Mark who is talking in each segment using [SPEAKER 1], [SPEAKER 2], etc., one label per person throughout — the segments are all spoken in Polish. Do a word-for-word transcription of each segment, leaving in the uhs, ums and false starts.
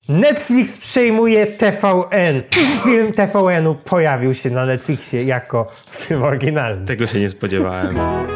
[SPEAKER 1] Netflix przejmuje T V N. Film T V N-u pojawił się na Netflixie jako film oryginalny.
[SPEAKER 2] Tego się nie spodziewałem.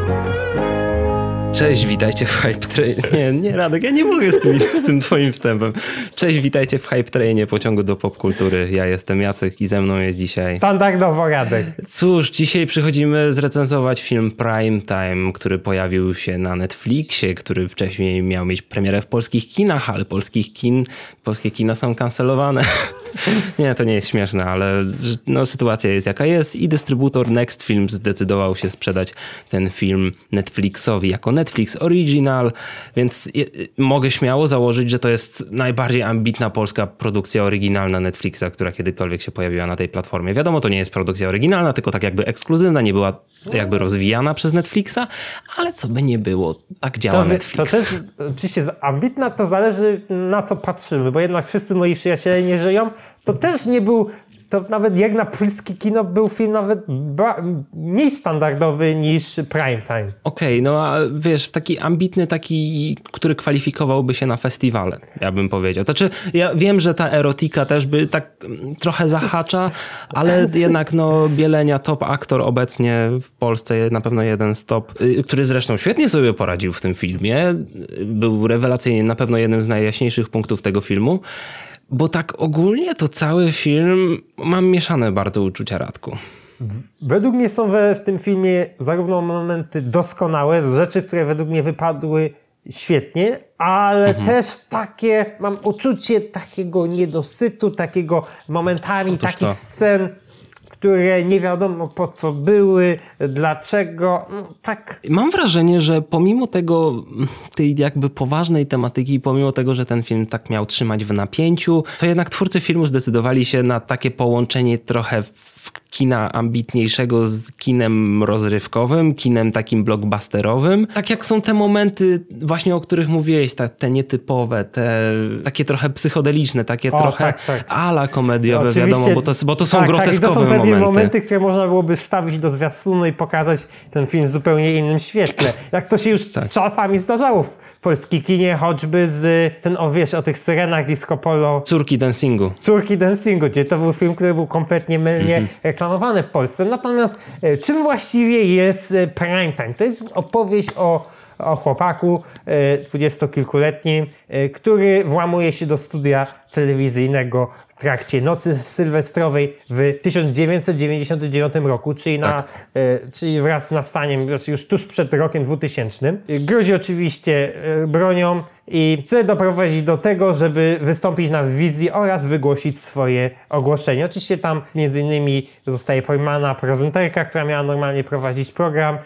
[SPEAKER 2] Cześć, witajcie w Hype Trainie. Nie, nie, Radek, ja nie mogę z tym, z tym twoim wstępem. Cześć, witajcie w Hype Trainie, pociągu do popkultury. Ja jestem Jacek i ze mną jest dzisiaj...
[SPEAKER 1] Standardowo Radek.
[SPEAKER 2] Cóż, dzisiaj przychodzimy zrecenzować film Prime Time, który pojawił się na Netflixie, który wcześniej miał mieć premierę w polskich kinach, ale polskich kin, polskie kina są kancelowane. Nie, to nie jest śmieszne, ale no, sytuacja jest jaka jest i dystrybutor Next Film zdecydował się sprzedać ten film Netflixowi jako Netflix Original, więc je, mogę śmiało założyć, że to jest najbardziej ambitna polska produkcja oryginalna Netflixa, która kiedykolwiek się pojawiła na tej platformie. Wiadomo, to nie jest produkcja oryginalna, tylko tak jakby ekskluzywna, nie była jakby rozwijana przez Netflixa, ale co by nie było, tak działa
[SPEAKER 1] to,
[SPEAKER 2] Netflix.
[SPEAKER 1] To też oczywiście ambitna, to zależy na co patrzymy, bo jednak wszyscy moi przyjaciele nie żyją. To też nie był, to nawet jak na polskie kino był film nawet ba- mniej standardowy niż Prime Time.
[SPEAKER 2] Okej, okay, no a wiesz, taki ambitny, taki, który kwalifikowałby się na festiwale, ja bym powiedział. Znaczy, ja wiem, że ta erotika też by tak trochę zahacza, ale jednak no Bielenia, top aktor obecnie w Polsce, na pewno jeden z top, który zresztą świetnie sobie poradził w tym filmie. Był rewelacyjnie, na pewno jednym z najjaśniejszych punktów tego filmu. Bo tak ogólnie to cały film mam mieszane bardzo uczucia, Radku.
[SPEAKER 1] Według mnie są we, w tym filmie zarówno momenty doskonałe, rzeczy, które według mnie wypadły świetnie, ale mhm. też takie, mam uczucie takiego niedosytu, takiego momentami Otóż takich to. scen, które nie wiadomo po co były, dlaczego, no, tak.
[SPEAKER 2] Mam wrażenie, że pomimo tego, tej jakby poważnej tematyki, pomimo tego, że ten film tak miał trzymać w napięciu, to jednak twórcy filmu zdecydowali się na takie połączenie trochę w kina ambitniejszego z kinem rozrywkowym, kinem takim blockbusterowym. Tak jak są te momenty właśnie, o których mówiłeś, te, te nietypowe, te takie trochę psychodeliczne, takie o, trochę tak, tak. ala komediowe, Oczywiście, wiadomo, bo to, bo to są tak, groteskowe
[SPEAKER 1] tak, to są
[SPEAKER 2] momenty.
[SPEAKER 1] momenty, które można byłoby wstawić do zwiastunu i pokazać ten film w zupełnie innym świetle. Jak to się już tak. czasami zdarzało w polskim kinie, choćby z ten, o wiesz, o tych syrenach disco polo.
[SPEAKER 2] Córki dancingu.
[SPEAKER 1] Córki dancingu, gdzie to był film, który był kompletnie mylnie mm-hmm. reklamowany w Polsce. Natomiast e, czym właściwie jest e, Prime Time? To jest opowieść o, o chłopaku dwudziestokilkuletnim, e, który włamuje się do studia telewizyjnego w trakcie nocy sylwestrowej w tysiąc dziewięćset dziewięćdziesiątym dziewiątym roku, czyli, na, tak. e, czyli wraz z nastaniem, znaczy już tuż przed rokiem dwutysięcznym. Grozi oczywiście e, bronią i chce doprowadzić do tego, żeby wystąpić na wizji oraz wygłosić swoje ogłoszenie. Oczywiście tam między innymi zostaje pojmana prezenterka, która miała normalnie prowadzić program.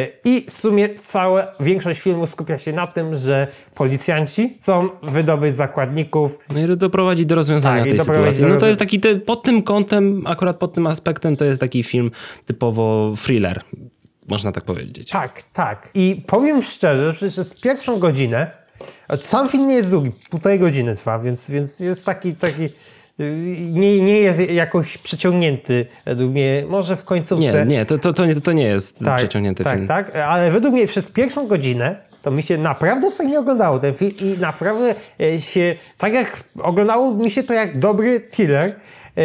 [SPEAKER 1] I w sumie cała większość filmu skupia się na tym, że policjanci chcą wydobyć zakładników.
[SPEAKER 2] No i doprowadzić do rozwiązania tak, tej sytuacji. No to jest taki, te, pod tym kątem, akurat pod tym aspektem, to jest taki film typowo thriller, można tak powiedzieć.
[SPEAKER 1] Tak, tak. I powiem szczerze, że przez pierwszą godzinę, sam film nie jest długi, półtorej godziny trwa, więc, więc jest taki, taki Nie, nie jest jakoś przeciągnięty według mnie, może w końcówce.
[SPEAKER 2] Nie, nie, to, to, to, nie, to nie jest tak, przeciągnięty
[SPEAKER 1] tak,
[SPEAKER 2] film.
[SPEAKER 1] Tak, tak, ale według mnie przez pierwszą godzinę to mi się naprawdę fajnie oglądało ten film i naprawdę się, tak jak oglądało mi się to jak dobry thriller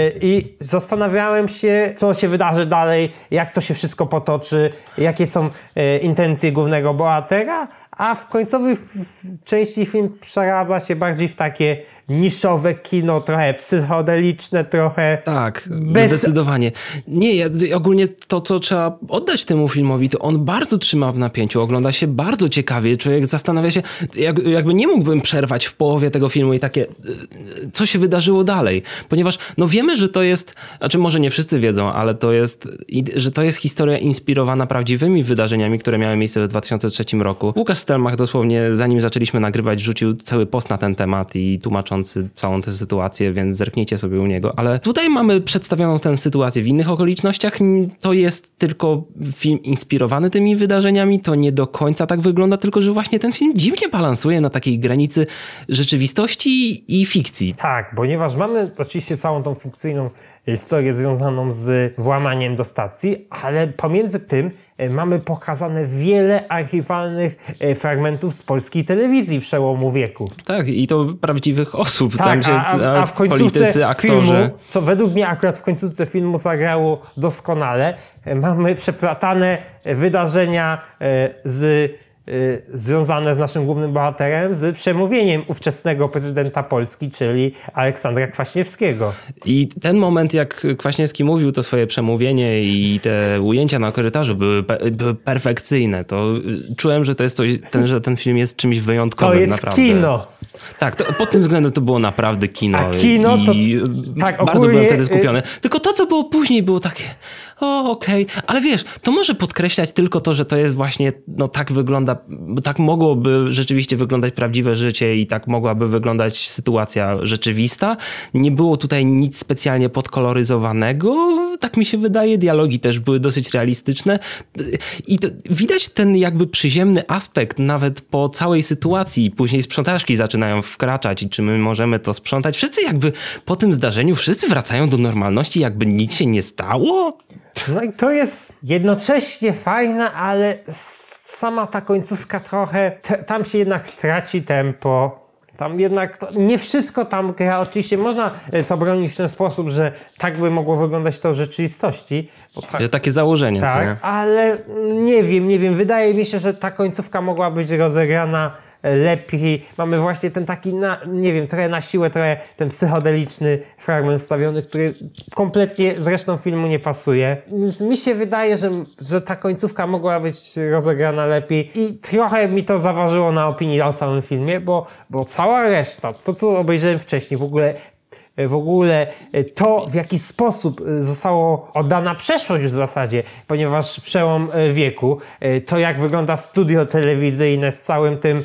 [SPEAKER 1] i zastanawiałem się, co się wydarzy dalej, jak to się wszystko potoczy, jakie są intencje głównego bohatera, a w końcowej części film przeradza się bardziej w takie niszowe kino, trochę psychodeliczne, trochę...
[SPEAKER 2] Tak, bez... zdecydowanie. Nie, ja, ogólnie to, co trzeba oddać temu filmowi, to on bardzo trzyma w napięciu, ogląda się bardzo ciekawie, człowiek zastanawia się, jak, jakby nie mógłbym przerwać w połowie tego filmu i takie, co się wydarzyło dalej, ponieważ no wiemy, że to jest, znaczy może nie wszyscy wiedzą, ale to jest, że to jest historia inspirowana prawdziwymi wydarzeniami, które miały miejsce w dwa tysiące trzecim roku. Łukasz Stelmach dosłownie, zanim zaczęliśmy nagrywać, rzucił cały post na ten temat i tłumacząc całą tę sytuację, więc zerknijcie sobie u niego. Ale tutaj mamy przedstawioną tę sytuację w innych okolicznościach. To jest tylko film inspirowany tymi wydarzeniami. To nie do końca tak wygląda, tylko że właśnie ten film dziwnie balansuje na takiej granicy rzeczywistości i fikcji.
[SPEAKER 1] Tak, ponieważ mamy oczywiście całą tą fikcyjną historię związaną z włamaniem do stacji, ale pomiędzy tym mamy pokazane wiele archiwalnych fragmentów z polskiej telewizji przełomu wieku.
[SPEAKER 2] Tak, i to prawdziwych osób.
[SPEAKER 1] Tak,
[SPEAKER 2] Tam się
[SPEAKER 1] a, a, a w końcówce
[SPEAKER 2] politycy, aktorzy.
[SPEAKER 1] filmu, co według mnie akurat w końcówce filmu zagrało doskonale, mamy przeplatane wydarzenia z związane z naszym głównym bohaterem, z przemówieniem ówczesnego prezydenta Polski, czyli Aleksandra Kwaśniewskiego.
[SPEAKER 2] I ten moment, jak Kwaśniewski mówił to swoje przemówienie i te ujęcia na korytarzu były, były perfekcyjne. To czułem, że to jest coś, ten, że ten film jest czymś wyjątkowym.
[SPEAKER 1] To jest
[SPEAKER 2] naprawdę.
[SPEAKER 1] kino.
[SPEAKER 2] Tak, to pod tym względem to było naprawdę kino.
[SPEAKER 1] A kino to...
[SPEAKER 2] I
[SPEAKER 1] tak,
[SPEAKER 2] bardzo
[SPEAKER 1] ogólnie...
[SPEAKER 2] byłem wtedy skupiony. Tylko to, co było później, było takie... O, okej. Okay. Ale wiesz, to może podkreślać tylko to, że to jest właśnie, no tak wygląda, tak mogłoby rzeczywiście wyglądać prawdziwe życie i tak mogłaby wyglądać sytuacja rzeczywista. Nie było tutaj nic specjalnie podkoloryzowanego, tak mi się wydaje. Dialogi też były dosyć realistyczne. I to, widać ten jakby przyziemny aspekt nawet po całej sytuacji. Później sprzątaczki zaczynają wkraczać i czy my możemy to sprzątać. Wszyscy jakby po tym zdarzeniu, wszyscy wracają do normalności, jakby nic się nie stało.
[SPEAKER 1] No i to jest jednocześnie fajne, ale sama ta końcówka trochę, te, tam się jednak traci tempo. Tam jednak to, nie wszystko tam gra. Oczywiście można to bronić w ten sposób, że tak by mogło wyglądać to w rzeczywistości. Bo tak,
[SPEAKER 2] że takie założenie,
[SPEAKER 1] tak,
[SPEAKER 2] co nie?
[SPEAKER 1] Ale nie wiem, nie wiem. Wydaje mi się, że ta końcówka mogła być rozegrana lepiej. Mamy właśnie ten taki, na, nie wiem, trochę na siłę, trochę ten psychodeliczny fragment stawiony, który kompletnie zresztą filmu nie pasuje. Więc mi się wydaje, że, że ta końcówka mogła być rozegrana lepiej i trochę mi to zaważyło na opinii o całym filmie, bo, bo cała reszta, to co obejrzałem wcześniej, w ogóle w ogóle to, w jaki sposób zostało oddana przeszłość w zasadzie, ponieważ przełom wieku, to jak wygląda studio telewizyjne z całym tym,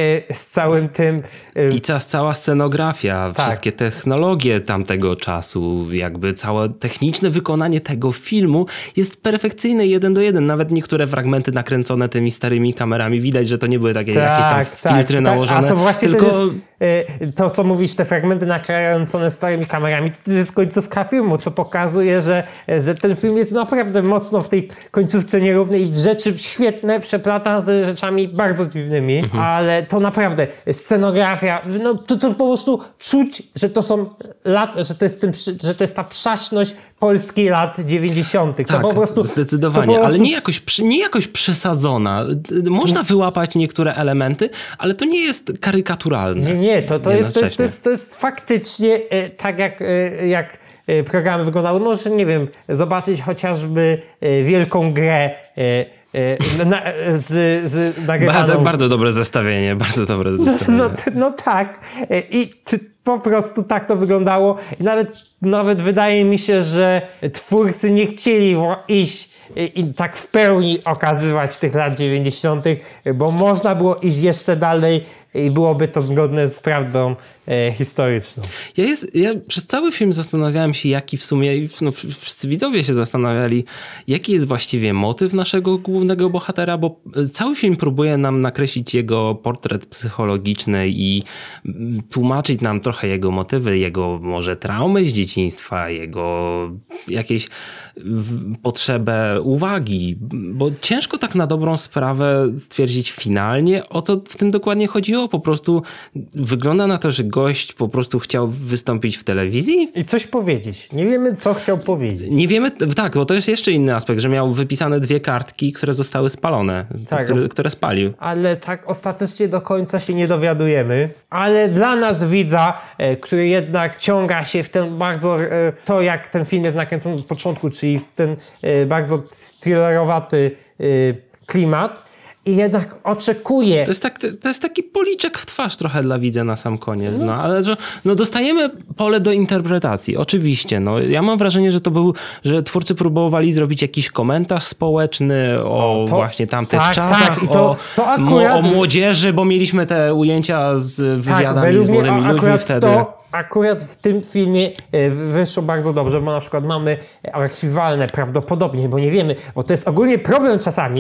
[SPEAKER 1] z całym tym...
[SPEAKER 2] I ca- cała scenografia,
[SPEAKER 1] tak.
[SPEAKER 2] Wszystkie technologie tamtego czasu, jakby całe techniczne wykonanie tego filmu jest perfekcyjne jeden do jeden. Nawet niektóre fragmenty nakręcone tymi starymi kamerami, widać, że to nie były takie tak, jakieś tam
[SPEAKER 1] tak,
[SPEAKER 2] filtry
[SPEAKER 1] tak,
[SPEAKER 2] nałożone.
[SPEAKER 1] A to właśnie
[SPEAKER 2] tylko...
[SPEAKER 1] to jest, to, co mówisz, te fragmenty nakręcone starymi kamerami, to też jest końcówka filmu, co pokazuje, że, że ten film jest naprawdę mocno w tej końcówce nierównej i rzeczy świetne przeplata z rzeczami bardzo dziwnymi, mhm. ale to naprawdę scenografia, no to, to po prostu czuć, że to są lat, że to jest, ten, że to jest ta przaśność Polski lat dziewięćdziesiątych.
[SPEAKER 2] Tak,
[SPEAKER 1] to po prostu,
[SPEAKER 2] zdecydowanie,
[SPEAKER 1] to po prostu...
[SPEAKER 2] ale nie jakoś, nie jakoś przesadzona. Można wyłapać niektóre elementy, ale to nie jest karykaturalne.
[SPEAKER 1] Nie, nie, to, to, jest, to, jest, to, jest, to jest faktycznie e, tak jak, e, jak e, programy wyglądały. Może, nie wiem, zobaczyć chociażby e, Wielką Grę e, Na, z, z nagrywaną...
[SPEAKER 2] bardzo, bardzo dobre zestawienie, bardzo dobre zestawienie.
[SPEAKER 1] No, no tak. I t, po prostu tak to wyglądało. I nawet, nawet wydaje mi się, że twórcy nie chcieli iść i, i tak w pełni okazywać tych lat dziewięćdziesiątych, bo można było iść jeszcze dalej i byłoby to zgodne z prawdą e, historyczną.
[SPEAKER 2] Ja, jest, ja przez cały film zastanawiałem się, jaki w sumie, no wszyscy widzowie się zastanawiali, jaki jest właściwie motyw naszego głównego bohatera, bo cały film próbuje nam nakreślić jego portret psychologiczny i tłumaczyć nam trochę jego motywy, jego może traumy z dzieciństwa, jego jakieś potrzebę uwagi, bo ciężko tak na dobrą sprawę stwierdzić finalnie, o co w tym dokładnie chodziło. Po prostu wygląda na to, że gość po prostu chciał wystąpić w telewizji.
[SPEAKER 1] I coś powiedzieć. Nie wiemy, co chciał powiedzieć.
[SPEAKER 2] Nie wiemy, tak, bo to jest jeszcze inny aspekt, że miał wypisane dwie kartki, które zostały spalone, tak, które, które spalił.
[SPEAKER 1] Ale tak ostatecznie do końca się nie dowiadujemy. Ale dla nas widza, e, który jednak ciąga się w ten bardzo, e, to jak ten film jest nakręcony od początku, czyli w ten e, bardzo thrillerowaty e, klimat, i jednak oczekuje.
[SPEAKER 2] To jest, tak, to jest taki policzek w twarz trochę dla widza na sam koniec. No, ale że, no dostajemy pole do interpretacji. Oczywiście. No, ja mam wrażenie, że to był, że twórcy próbowali zrobić jakiś komentarz społeczny o, o to, właśnie tamtych tak, czasach, tak, i to, o, to akurat... o młodzieży, bo mieliśmy te ujęcia z wywiadami tak, z młodymi ludźmi wtedy.
[SPEAKER 1] To... Akurat w tym filmie wyszło bardzo dobrze, bo na przykład mamy archiwalne prawdopodobnie, bo nie wiemy, bo to jest ogólnie problem czasami,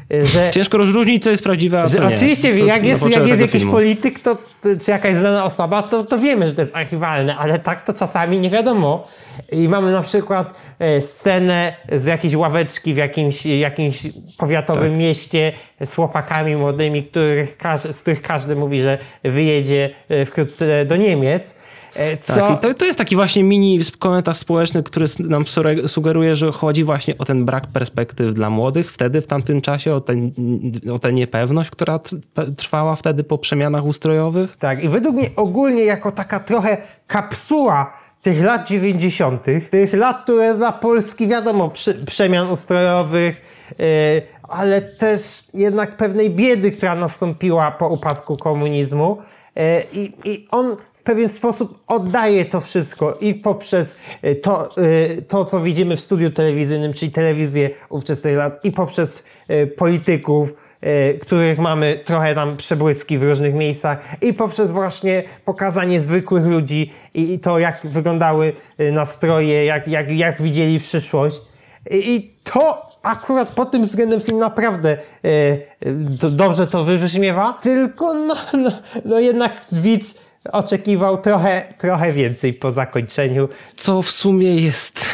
[SPEAKER 1] że...
[SPEAKER 2] Ciężko rozróżnić, co jest prawdziwe, a co
[SPEAKER 1] że
[SPEAKER 2] nie.
[SPEAKER 1] Oczywiście,
[SPEAKER 2] co,
[SPEAKER 1] jak jest, jak jest jakiś
[SPEAKER 2] filmu.
[SPEAKER 1] polityk, to, czy jakaś znana osoba, to, to wiemy, że to jest archiwalne, ale tak to czasami nie wiadomo. I mamy na przykład e, scenę z jakiejś ławeczki w jakimś, jakimś powiatowym tak. mieście z chłopakami młodymi, których, z których każdy mówi, że wyjedzie wkrótce do Niemiec. Co?
[SPEAKER 2] Tak, i to, to jest taki właśnie mini komentarz społeczny, który nam sugeruje, że chodzi właśnie o ten brak perspektyw dla młodych wtedy, w tamtym czasie, o, ten, o tę niepewność, która trwała wtedy po przemianach ustrojowych.
[SPEAKER 1] Tak, i według mnie ogólnie jako taka trochę kapsuła tych lat dziewięćdziesiątych, tych lat, które dla Polski wiadomo, przy, przemian ustrojowych, yy, ale też jednak pewnej biedy, która nastąpiła po upadku komunizmu. Yy, i, I on w pewien sposób oddaje to wszystko i poprzez to, yy, to, co widzimy w studiu telewizyjnym, czyli telewizję ówczesnych lat, i poprzez yy, polityków, których mamy trochę tam przebłyski w różnych miejscach, i poprzez właśnie pokazanie zwykłych ludzi i to, jak wyglądały nastroje, jak, jak, jak widzieli przyszłość. I, i to akurat pod tym względem film naprawdę e, do, dobrze to wybrzmiewa, tylko no, no, no jednak widz oczekiwał trochę, trochę więcej po zakończeniu.
[SPEAKER 2] Co w sumie jest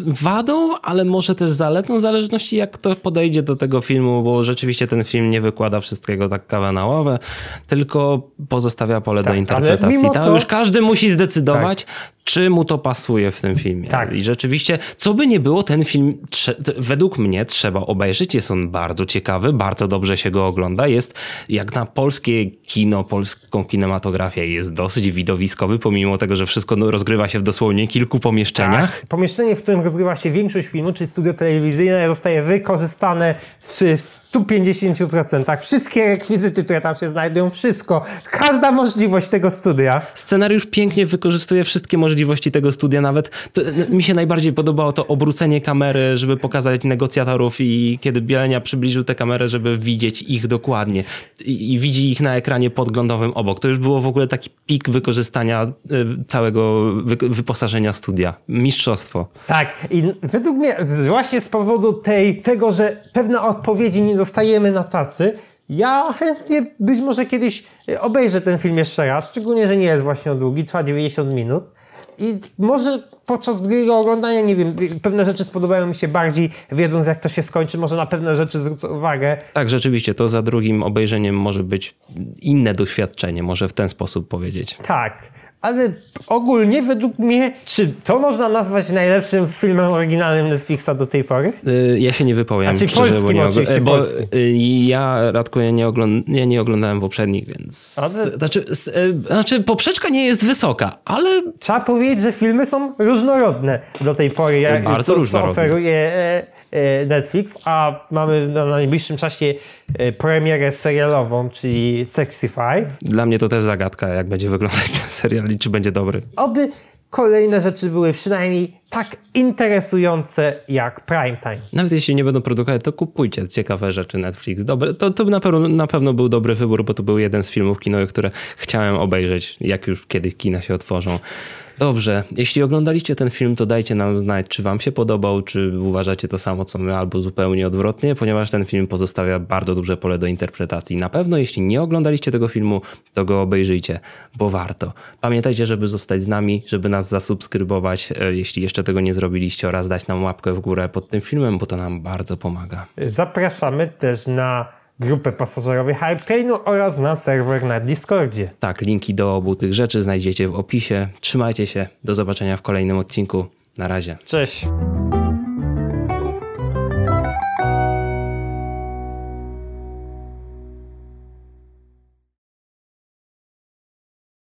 [SPEAKER 2] wadą, ale może też zaletą, w zależności jak kto podejdzie do tego filmu, bo rzeczywiście ten film nie wykłada wszystkiego tak kawanałowe, tylko pozostawia pole tak, do interpretacji. To... To już każdy musi zdecydować, tak. czy mu to pasuje w tym filmie.
[SPEAKER 1] Tak.
[SPEAKER 2] I rzeczywiście, co by nie było, ten film według mnie trzeba obejrzeć. Jest on bardzo ciekawy, bardzo dobrze się go ogląda. Jest jak na polskie kino, polską kinematografię jest dosyć widowiskowy, pomimo tego, że wszystko rozgrywa się w dosłownie kilku pomieszczeniach.
[SPEAKER 1] Tak. Pomieszczenie, w którym rozgrywa się większość filmu, czyli studio telewizyjne, zostaje wykorzystane w stu pięćdziesięciu procentach. Wszystkie rekwizyty, które tam się znajdują, wszystko. Każda możliwość tego studia.
[SPEAKER 2] Scenariusz pięknie wykorzystuje wszystkie możliwości tego studia. Nawet to, mi się najbardziej podobało to obrócenie kamery, żeby pokazać negocjatorów, i kiedy Bielenia przybliżył tę kamerę, żeby widzieć ich dokładnie. I, i widzi ich na ekranie podglądowym obok. To już było w ogóle taki pik wykorzystania całego wy, wyposażenia studia. Mistrzostwo.
[SPEAKER 1] Tak. I według mnie właśnie z powodu tej, tego, że pewne odpowiedzi nie dostajemy na tacy, ja chętnie być może kiedyś obejrzę ten film jeszcze raz, szczególnie, że nie jest właśnie długi, trwa dziewięćdziesiąt minut. I może podczas drugiego oglądania, nie wiem, pewne rzeczy spodobają mi się bardziej, wiedząc jak to się skończy, może na pewne rzeczy zwrócę uwagę.
[SPEAKER 2] Tak, rzeczywiście, to za drugim obejrzeniem może być inne doświadczenie, może w ten sposób powiedzieć.
[SPEAKER 1] Tak, ale ogólnie według mnie, czy to można nazwać najlepszym filmem oryginalnym Netflixa do tej pory?
[SPEAKER 2] Yy, ja się nie wypowiem.
[SPEAKER 1] Znaczy
[SPEAKER 2] szczerze,
[SPEAKER 1] polskim,
[SPEAKER 2] bo nie
[SPEAKER 1] oczywiście,
[SPEAKER 2] bo,
[SPEAKER 1] polski.
[SPEAKER 2] Yy, ja, Radku, ja nie, ogląd ja nie oglądałem poprzednich, więc... Ale... Znaczy, yy, znaczy, poprzeczka nie jest wysoka, ale...
[SPEAKER 1] Trzeba powiedzieć, że filmy są różnorodne do tej pory, jak,
[SPEAKER 2] bardzo
[SPEAKER 1] co,
[SPEAKER 2] różnorodne.
[SPEAKER 1] co oferuje e, e, Netflix, a mamy na najbliższym czasie e, premierę serialową, czyli Sexify.
[SPEAKER 2] Dla mnie to też zagadka, jak będzie wyglądać ten serial i czy będzie dobry.
[SPEAKER 1] Oby kolejne rzeczy były przynajmniej tak interesujące jak Primetime.
[SPEAKER 2] Nawet jeśli nie będą produkować, to kupujcie ciekawe rzeczy Netflix. Dobre, to to na, pewno, na pewno był dobry wybór, bo to był jeden z filmów kinowych, które chciałem obejrzeć, jak już kiedyś kina się otworzą. Dobrze, jeśli oglądaliście ten film, to dajcie nam znać, czy wam się podobał, czy uważacie to samo co my, albo zupełnie odwrotnie, ponieważ ten film pozostawia bardzo duże pole do interpretacji. Na pewno, jeśli nie oglądaliście tego filmu, to go obejrzyjcie, bo warto. Pamiętajcie, żeby zostać z nami, żeby nas zasubskrybować, jeśli jeszcze tego nie zrobiliście, oraz dać nam łapkę w górę pod tym filmem, bo to nam bardzo pomaga.
[SPEAKER 1] Zapraszamy też na grupę pasażerowej Hype Trainu oraz na serwer na Discordzie.
[SPEAKER 2] Tak, linki do obu tych rzeczy znajdziecie w opisie. Trzymajcie się, do zobaczenia w kolejnym odcinku. Na razie.
[SPEAKER 1] Cześć.